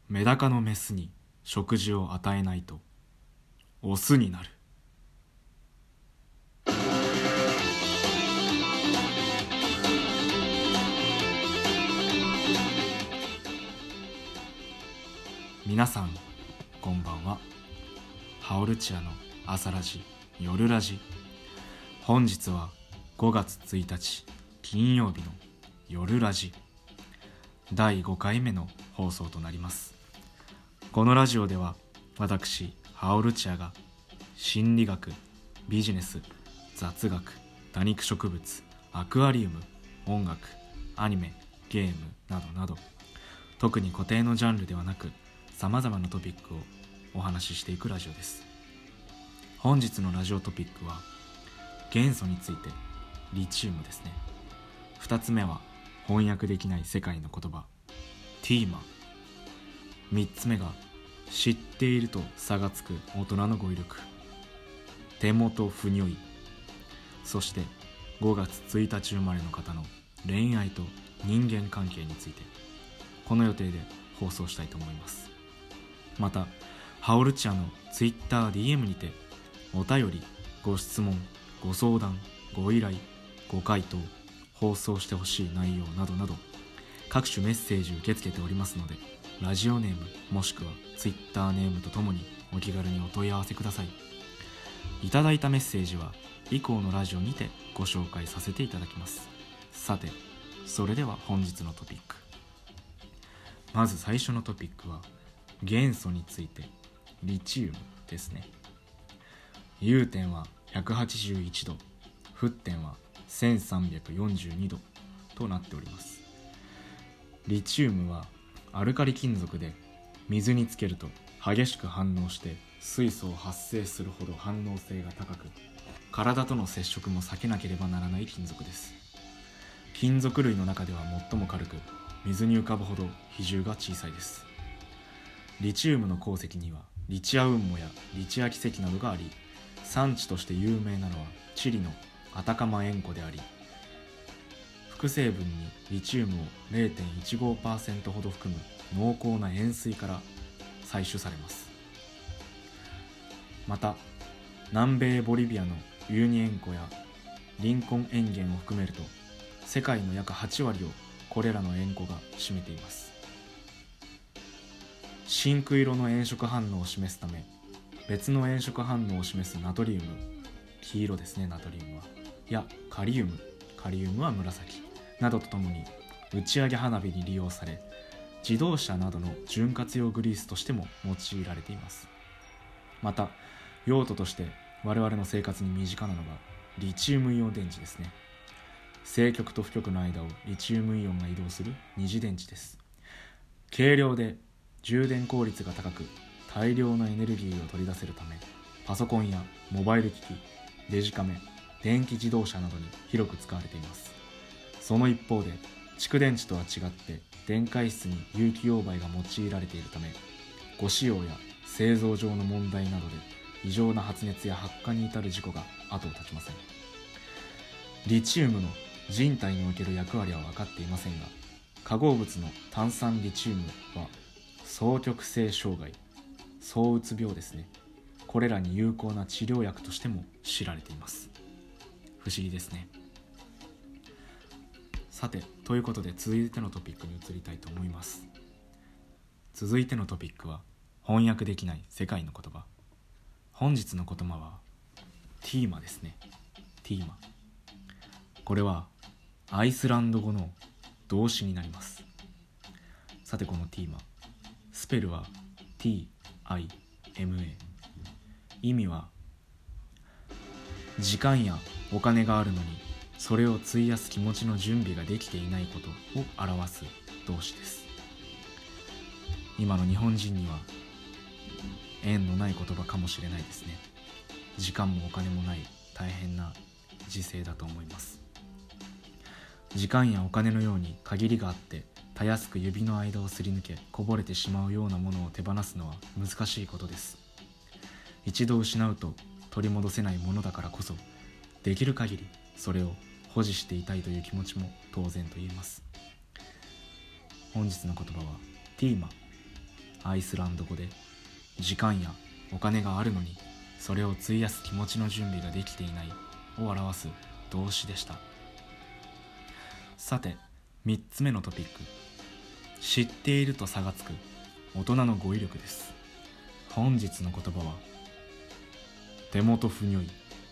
メダカのメスに食事を与えないとオスになる。皆さんこんばんは。ハオルチアの朝ラジ夜ラジ。本日は5月1日金曜日の夜ラジ第5回目の放送となります。このラジオでは私ハオルチアが心理学、ビジネス、雑学、多肉植物、アクアリウム、音楽、アニメ、ゲームなどなど特に固定のジャンルではなくさまざまなトピックをお話ししていくラジオです。本日のラジオトピックは元素について、リチウムですね。2つ目は翻訳できない世界の言葉ティーマ。3つ目が知っていると差がつく大人の語彙力手元不如意。そして5月1日生まれの方の恋愛と人間関係についてこの予定で放送したいと思います。またハオルチアの TwitterDM にてお便り、ご質問、ご相談、ご依頼、ご回答、放送してほしい内容などなど各種メッセージ受け付けておりますので、ラジオネームもしくは Twitter ネームとともにお気軽にお問い合わせください。いただいたメッセージは以降のラジオにてご紹介させていただきます。さてそれでは本日のトピック。まず最初のトピックは元素について、リチウムですね。融点は181度、沸点は1342度となっております。リチウムはアルカリ金属で水につけると激しく反応して水素を発生するほど反応性が高く、体との接触も避けなければならない金属です。金属類の中では最も軽く、水に浮かぶほど比重が小さいです。リチウムの鉱石にはリチアウンモやリチアキ石などがあり、産地として有名なのはチリのアタカマ塩湖であり、副成分にリチウムを 0.15% ほど含む濃厚な塩水から採取されます。また南米ボリビアのユーニ塩湖やリンコン塩原を含めると世界の約8割をこれらの塩湖が占めています。深紅色の炎色反応を示すため、別の炎色反応を示すナトリウム、黄色ですね、ナトリウムは、やカリウムは紫などとともに打ち上げ花火に利用され、自動車などの潤滑用グリースとしても用いられています。また用途として我々の生活に身近なのがリチウムイオン電池ですね。正極と負極の間をリチウムイオンが移動する二次電池です。軽量で充電効率が高く、大量のエネルギーを取り出せるため、パソコンやモバイル機器、デジカメ、電気自動車などに広く使われています。その一方で蓄電池とは違って電解質に有機溶媒が用いられているため、誤使用や製造上の問題などで異常な発熱や発火に至る事故が後を絶ちません。リチウムの人体における役割は分かっていませんが、化合物の炭酸リチウムは双極性障害、躁うつ病ですね、これらに有効な治療薬としても知られています。不思議ですね。さて、ということで続いてのトピックに移りたいと思います。続いてのトピックは翻訳できない世界の言葉。本日の言葉はティーマですね。ティーマ、これはアイスランド語の動詞になります。さてこのティーマ、スペルは TIMA。 意味は時間やお金があるのにそれを費やす気持ちの準備ができていないことを表す動詞です。今の日本人には縁のない言葉かもしれないですね。時間もお金もない大変な時勢だと思います。時間やお金のように限りがあってたやすく指の間をすり抜けこぼれてしまうようなものを手放すのは難しいことです。一度失うと取り戻せないものだからこそ、できる限りそれを保持していたいという気持ちも当然と言えます。本日の言葉はティーマ、 アイスランド語で時間やお金があるのにそれを費やす気持ちの準備ができていないを表す動詞でした。さて3つ目のトピック、知っていると差がつく大人の語彙力です。本日の言葉は手元不如意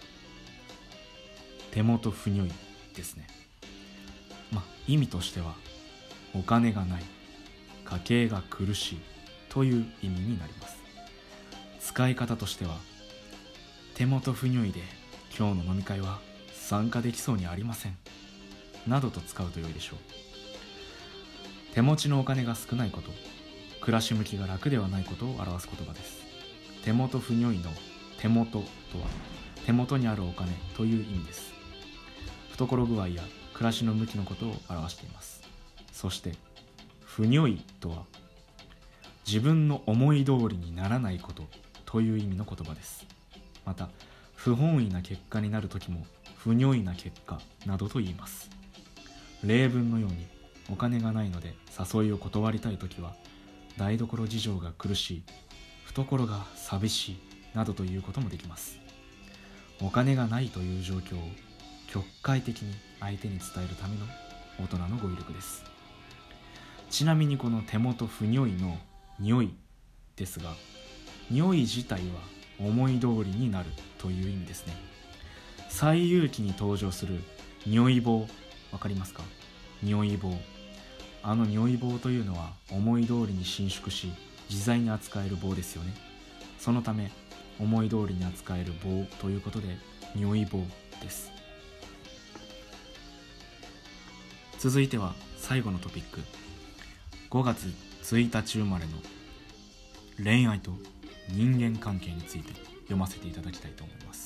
ですね。意味としてはお金がない、家計が苦しいという意味になります。使い方としては手元不如意で今日の飲み会は参加できそうにありませんなどと使うと良いでしょう。手持ちのお金が少ないこと、暮らし向きが楽ではないことを表す言葉です。手元不如意の手元とは手元にあるお金という意味です。懐具合や暮らしの向きのことを表しています。そして不如意とは自分の思い通りにならないことという意味の言葉です。また不本意な結果になるときも不如意な結果などと言います。例文のようにお金がないので誘いを断りたいときは台所事情が苦しい、懐が寂しいなどということもできます。お金がないという状況を極快的に相手に伝えるための大人の語彙力です。ちなみにこの手元不如意の匂いですが、匂い自体は思い通りになるという意味ですね。西遊記に登場する匂い棒、わかりますか？匂い棒、匂い棒というのは思い通りに伸縮し自在に扱える棒ですよね。そのため思い通りに扱える棒ということで匂い棒です。続いては最後のトピック、5月1日生まれの恋愛と人間関係について読ませていただきたいと思います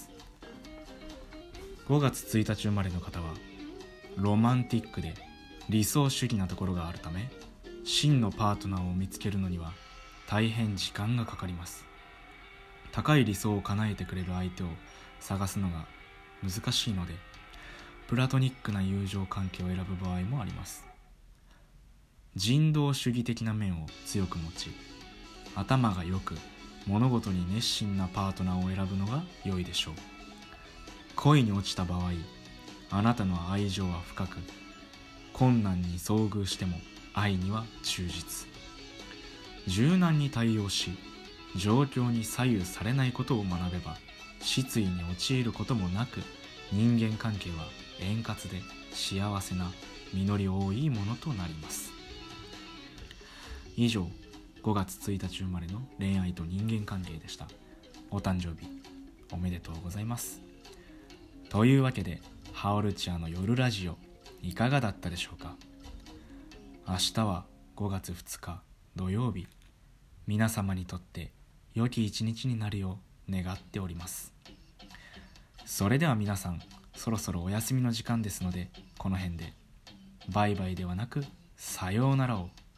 。5月1日生まれの方はロマンティックで理想主義なところがあるため、真のパートナーを見つけるのには大変時間がかかります。高い理想を叶えてくれる相手を探すのが難しいので、プラトニックな友情関係を選ぶ場合もあります。人道主義的な面を強く持ち、頭が良く物事に熱心なパートナーを選ぶのが良いでしょう。恋に落ちた場合、あなたの愛情は深く、困難に遭遇しても愛には忠実。柔軟に対応し、状況に左右されないことを学べば、失意に陥ることもなく、人間関係は円滑で幸せな実り多いものとなります。以上、5月1日生まれの恋愛と人間関係でした。お誕生日おめでとうございます。というわけで、ハオルチアの夜ラジオいかがだったでしょうか。明日は5月2日土曜日、皆様にとって良き一日になるよう願っております。それでは皆さん、そろそろお休みの時間ですので、この辺でバイバイではなくさようならを